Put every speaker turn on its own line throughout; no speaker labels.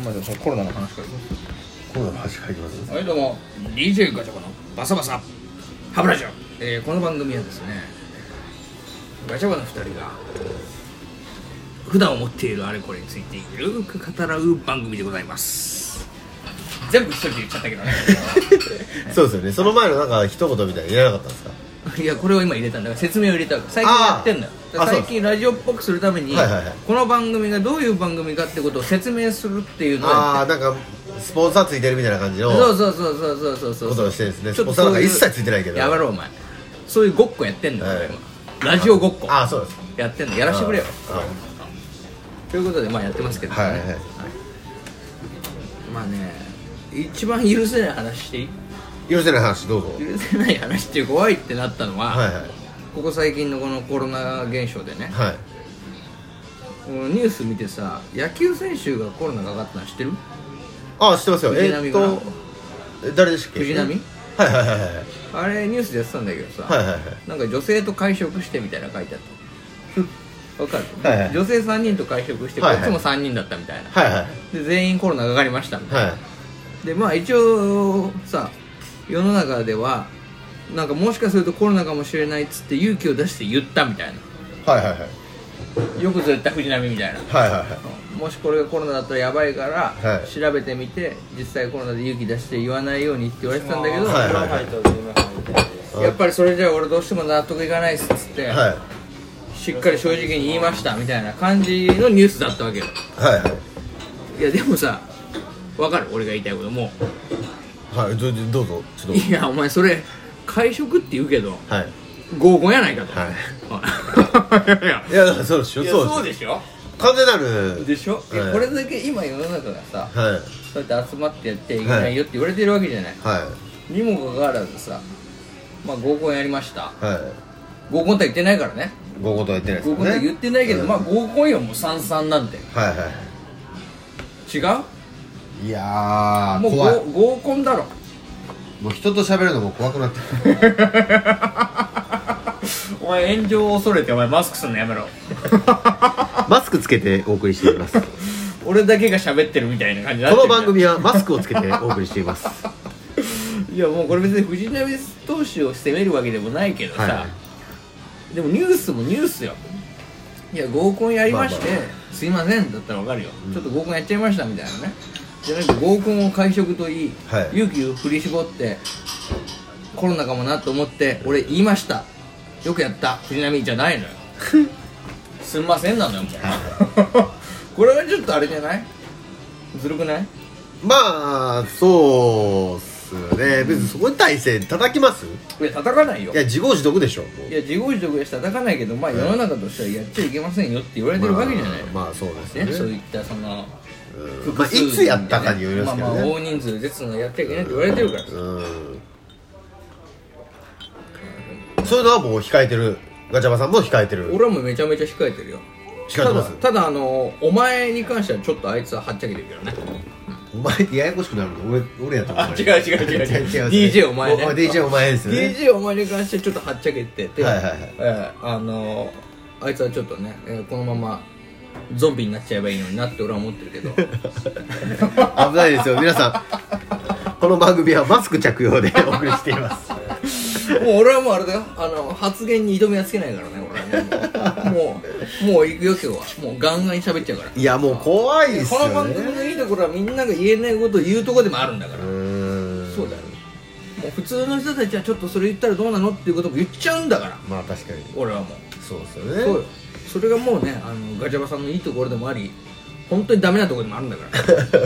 まずコロナの話から
コロナの話からいきます。
はい、どうも DJ ガチャバのバサバサハブラジオ、この番組はですね、ガチャバの2人が普段思っているあれこれについてゆるく語らう番組でございます。全部一人で言っちゃったけどね
そうですよね。その前のなんか一言みたいに言えなかったんですか？
いや、これを今入れたんだから説明を入れたわけ。最近やってんだよ。最近ラジオっぽくするために、この番組がどういう番組かってことを説明するっていうのをやって、
なんかスポンサーついてるみたいな感じの
そう
ことをしてるんですね。スポンサーなんか一切ついてないけど、
やめろお前。そういうごっこやってんだよ、今ラジオごっこ
そうです
やってんの。やらしてくれよ。ということでまあやってますけどね、まあね、一番許せない話していい？
許せない話どうぞ。
許せない話っていう怖いってなったのは、ここ最近のこのコロナ現象でね、ニュース見てさ、野球選手がコロナかかったの知ってる？
知ってますよ。
藤波が
誰でしたっけ？
藤波？あれニュースでやってたんだけどさ、なんか女性と会食してみたいな書いてあったわかる？女性3人と会食して、こっちも3人だったみたいな、で全員コロナかかりましたみたいな、でまあ一応さ、世の中ではなんかもしかするとコロナかもしれないっつって勇気を出して言ったみたいな、よく言った藤波みたいな、もしこれがコロナだったらやばいから、調べてみて実際コロナで勇気出して言わないようにって言われてたんだけど、やっぱりそれじゃ俺どうしても納得いかないっつって、しっかり正直に言いましたみたいな感じのニュースだったわけよ。いやでもさ、分かる俺が言いたいことも。
どうぞ。ちょっと。
いやお前それ会食って言うけど、合コンやないかと。
いやそうでしょ。
そうでしょ。
完全なる
でしょ。これだけ今世の中がさ、そうやって集まってやってはいけないよって言われてるわけじゃない。にもかかわらずさ、まあ合コンやりました。合コンとは言ってないからね。
合コンとは言ってないですね。
合コンとは言ってないけど、まあ合コンよ、もう三々なんて。違う？
いや
もう
怖い。
合コンだろ。
もう人と喋るのも怖くなってる
お前炎上を恐れてお前マスクすんのやめろ
マスクつけてお送りしています
俺だけが喋ってるみたいな感じになってる。
この番組はマスクをつけてお送りしています
いやもうこれ別に藤波投手を責めるわけでもないけどさ、でもニュースもニュースよ。いや合コンやりまして、すいませんだったら分かるよ、ちょっと合コンやっちゃいましたみたいなね、じゃなくて合コンを会食といい、勇気を振り絞ってコロナかもなと思って俺言いました、よくやった藤波じゃないのよすんませんなのよもうこれはちょっとあれじゃない？ずるくない？
まあそうっすね。別にそこに対して叩きます？
いや叩かないよ。
いや自業自得でしょ。
いや自業自得でしたら叩かないけど、まあ世の中としてはやっちゃいけませんよって言われてるわけじゃない。
まあそうですね。
そういったその
まあいつやったかによりますけどね。
まあ大人数ですのやっちゃいけないって言われてるから。
そういうのはもう控えてる。ガチャバさんも控えてる。
俺はもうめちゃめちゃ控えてるよ。
控えてます。
ただお前に関してはちょっとあいつははっちゃけてるけどね。
お前ってややこしくなるの？俺やったら。
違うDJ お前ね。
DJ お前ですよね。
DJ お前に関してはちょっとはっちゃけてて、あいつはちょっとね、このままゾンビになっちゃえばいいのになって俺は思ってるけど
危ないですよ皆さん。この番組はマスク着用でお送りしています
もう俺はもうあれだよ、発言に挑みはつけないからね俺はね。もう行くよ今日は。もうガンガン喋っちゃうから。
いやもう怖いっすよね。
この番組のいいところはみんなが言えないことを言うところでもあるんだから。そうだよ。もう普通の人たちはちょっとそれ言ったらどうなのっていうことも言っちゃうんだから。
まあ確かに
俺はもう
そうですよね。
そうよ。それがもうね、ガチャバさんのいいところでもあり、本当にダメなところでもあるんだから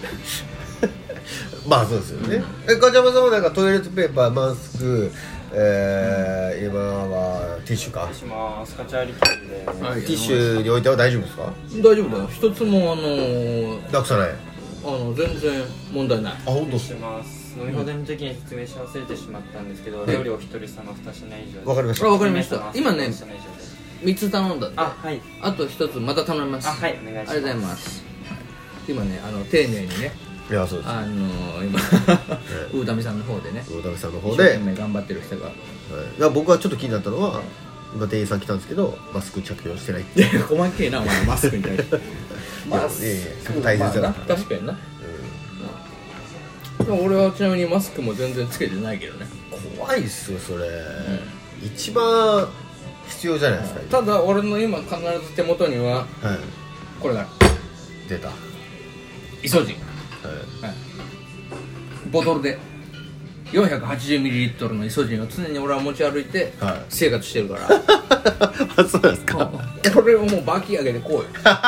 まあそうですよね。ガチャバさんはなんかトイレットペーパー、マスク、今はティッシュか。
しますカチャリキャリで、
ティッシュに置いては大丈夫ですか？
大丈夫だよ。一つも
なくさない。
全然問題ない。
本当。
します。飲み放題の時に説明し忘れてしまったんですけど、料理お一人様2品以上。
わかりました。
わかりました。今ね3つ頼んだんで、あと1つまた頼みます。
お願いします。
ありがとうございます。今ね丁寧にね、
いやそうです。
今魚民さんの方でね、
魚民さんの
一生
方で
懸命頑張ってる人が、
僕はちょっと気になったのは、今店員さん来たんですけどマスク着用してないって
細けえなお前マスクに対してマスク大切だから確かにな、俺はちなみにマスクも全然つけてないけどね。
怖いっすよそれ、一番必要じゃないですか。
ただ俺の今必ず手元には、これが
出た
イソジン、ボトルで 480ml のイソジンを常に俺は持ち歩いて生活してるから、
あ、そうですか。
これをもうバキ上げてこうよ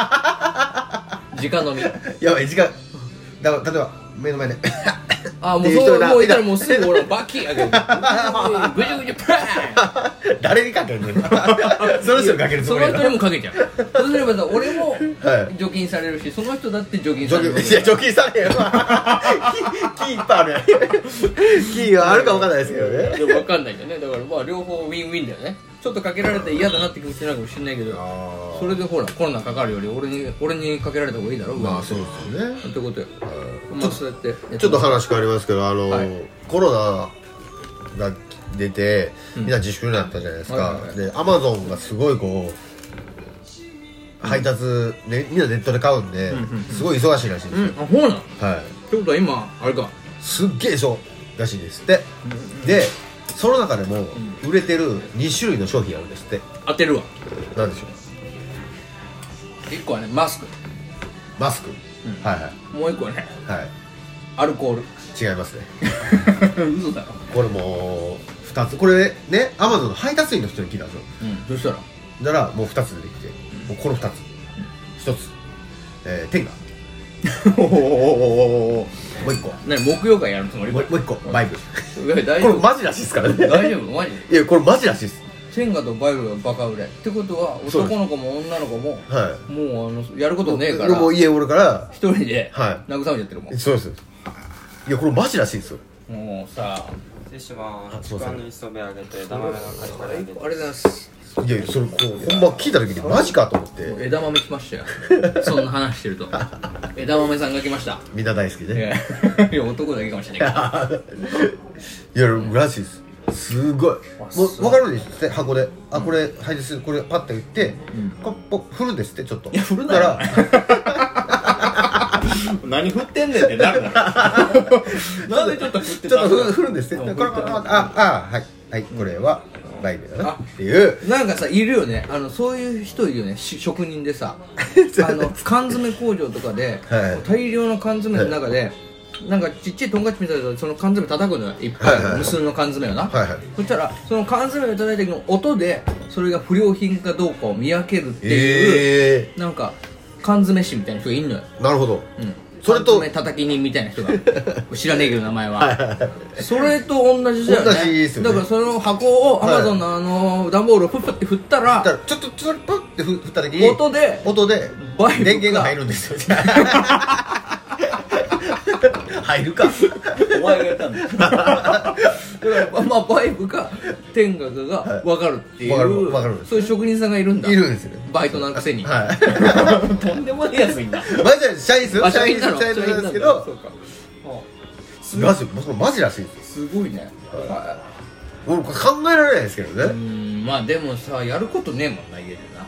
直飲み。
やばい時間だから、例えば目の前で
あ、もうそうもういたらもうすぐ俺はバキ上げるぐじゅぐじゅプラーン
誰にかけんのその人にかけるつ
そ
もりだ
の人にもかけちゃう。そうすればさ、俺も除菌されるし、その人だって除菌される。
いや除菌されへんわキーパーあるやんキーはあるか分かんないですけどね。
でも分かんないんだよね。だからまあ両方ウィンウィンだよね。ちょっとかけられて嫌だなって気持ちになるかもしれないけど、それでほらコロナかかるより俺にかけられた方がいいだろ。
まあそうですよね
ってことよ。まあそうやって
ちょっと話変わりますけど、コロナが出てみんな自粛になったじゃないですか。でアマゾンがすごいこう配達、ね、みんなネットで買うんで、すごい忙しいらしいんですよ。
あ、そうなの。
はい。
ってことは今あれか、
すっげえそうらしいですって。でその中でも売れてる2種類の商品あるんですって。
当てるわ。
なんでしょう。
1個はねマスク、
はいはい。
もう1個はね
はい
アルコール。
違いますね
嘘だろ。
これもう2つ、これねアマゾンの配達員の人に聞いたんですよ。
どうしたら
だからもう2つ出てきて、もうこの2つ、1つテンガもう1個
何、木曜会やるつもり？
もう1個バイブ。
大丈夫？
これマジらしいですからね。
大丈夫？マジ？
いやこれマジらしいです。
テンガとバイブがバカ売れってことは、男の子も女の子ももうやることねえから
もう家おるから
一人で慰めちゃってるもん。
そうです。いやこれマジらしいですよ。
もうさ、
失礼します。ちくわの磯辺あげて枝豆のカリカリあげて。
ありがとうございます。
いやそれこうほんま聞いた時にマジかと思って。
枝豆来ましたよそんな話してると枝豆さんが来ました。
みんな大好きね。
いや男だけかもしれないけど
いやらしいです。すごいもう分かるんですって箱で。あ、これ配達これパッて打ってポッポッ振るんですって。ちょっと
いや振るなよ何振ってんねんってなるだろなんでちょっと振ってたの。
ちょっと振るんですって。これはいこれはバイブだなっていう。
なんかさいるよね、そういう人いるよね、職人でさ缶詰工場とかで大量の缶詰の中でなんかちっちゃいトンカチみたいなその缶詰叩くのよ、いっぱい無数の缶詰をな。そしたらその缶詰を叩いた時の音でそれが不良品かどうかを見分けるっていう、なんか缶詰師みたいな人がいんのよ。
なるほど。
それと叩き人みたいな人が知らねえけど名前はそれと同じだよね。
同じですよね。
だからその箱をアマゾンの段ボールをプップって振ったら
ちょっとパッて振った時に
音で
電源が入るんですよ入るか
お前がやったんだだからまあバイブかテンガが分かるっていう、そういう職人さんがいるんだ。
いるんですよね。
バイトなんくせにとんでもねえやついんだ。
マジで社員ですよ。社員なんですけど、マジらしいですよ。
すごいね。
俺考えられないですけどね。
まあでもさやることねえもんな、家でな。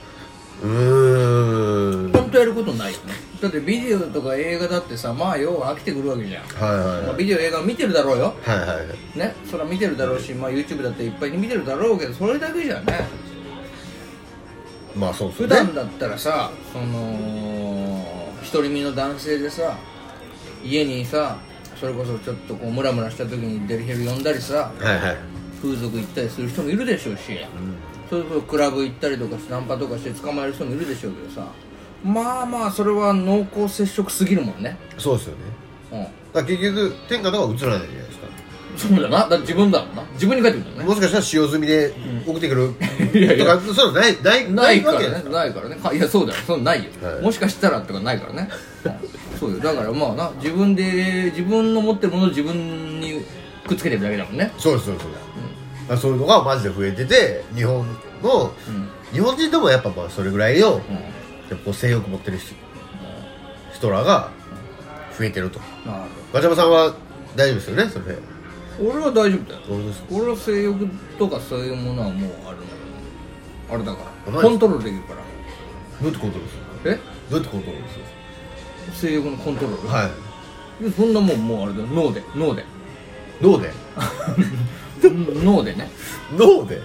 本当やることないよね。だってビデオとか映画だってさ、まあ要は飽きてくるわけじゃん。ビデオ映画見てるだろうよ。ね、それは見てるだろうし、まあ YouTube だっていっぱい見てるだろうけど、それだけじゃね。
まあそうですね。
普段だったらさ、その独り身の男性でさ、家にさ、それこそちょっとこうムラムラした時にデリヘル呼んだりさ、風俗行ったりする人もいるでしょうし、それこそクラブ行ったりとかナンパとかして捕まえる人もいるでしょうけどさ、まあまあそれは濃厚接触すぎるもんね。
そうですよね。だから結局天下とは映らないじゃないですか。
そうだな。だって自分だもんな。自分に帰ってくるんだね。
もしかしたら使用済みで送ってくるとか、そうない
からね。ないからね。いやそうだよ。そうないよ。もしかしたらとかないからね。そうよ。だからまあな、自分の持ってるものを自分にくっつけてるだけだもんね。
そうです。そういうのがマジで増えてて、日本人でもやっぱまあそれぐらいの性欲持ってる人らが増えてると。ガチャバさんは大丈夫ですよね、それ。
俺は大丈夫だよ。俺は性欲とかそういうものはもうあれだからコントロールできるから。
どうやってコントロールするの？ どうやってコントロールするんですか？
性欲のコントロール。
はい。
そんなもんもうあれだよ、脳で
脳で
脳でね。
脳で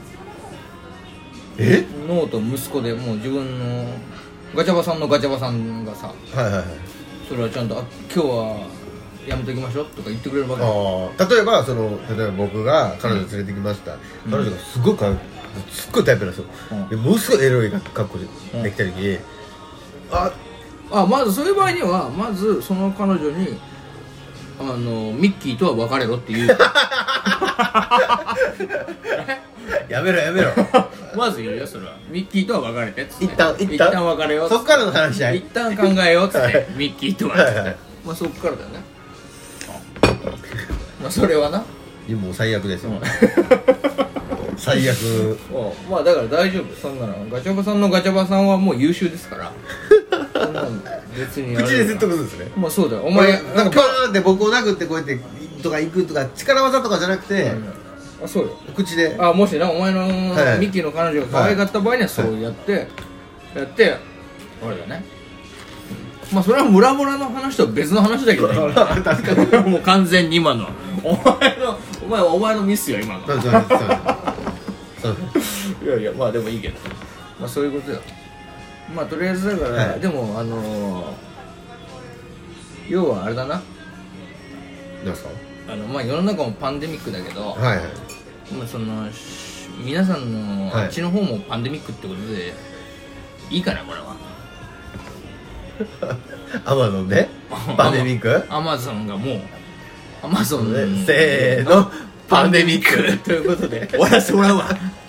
脳と息子でもう自分のガチャバさんのガチャバさんがさ、
はいはいはい、
それはちゃんと今日はやめときましょうとか言ってくれるわけ。
例えば僕が彼女連れてきました、彼女がすごいタイプなんですよ、でものすごいエロい格好できた時に、
まずそういう場合にはまずその彼女にミッキーとは別れろっていう
やめろ
まず言うよ、それは。ミッキーとは別れてっつって、
一旦
別れよっつって、
そっからの話し合い、
一旦考えようっつってミッキーとはっつって、まあそっからだよね。まあそれはな、
もう最悪ですよ最悪。
まあだから大丈夫、そんなの。ガチャバさんのガチャバさんはもう優秀ですからそんなの別に
口で説得するんですね。
まあそうだよ、お前
なんかパーンって僕を殴ってこうやってとか行くとか力技とかじゃなくて、
そうよ、
口で
もしなお前のミッキーの彼女が可愛かった場合にはそうやってあれだね。まあそれはムラムラの話とは別の話だけどね確かにもう完全に今のはお前のミスよ今の。いやいや、まあでもいいけど、まあそういうことよ。まあとりあえずだから、でも要はあれだな、
何ですか？
まあ世の中もパンデミックだけど、まあその皆さんのあっちの方もパンデミックってことでいいかな、これは。
アマゾンでパンデミック？
アマゾンがもうアマゾン
せーのパンデミック
ということで終わらせてもらうわ。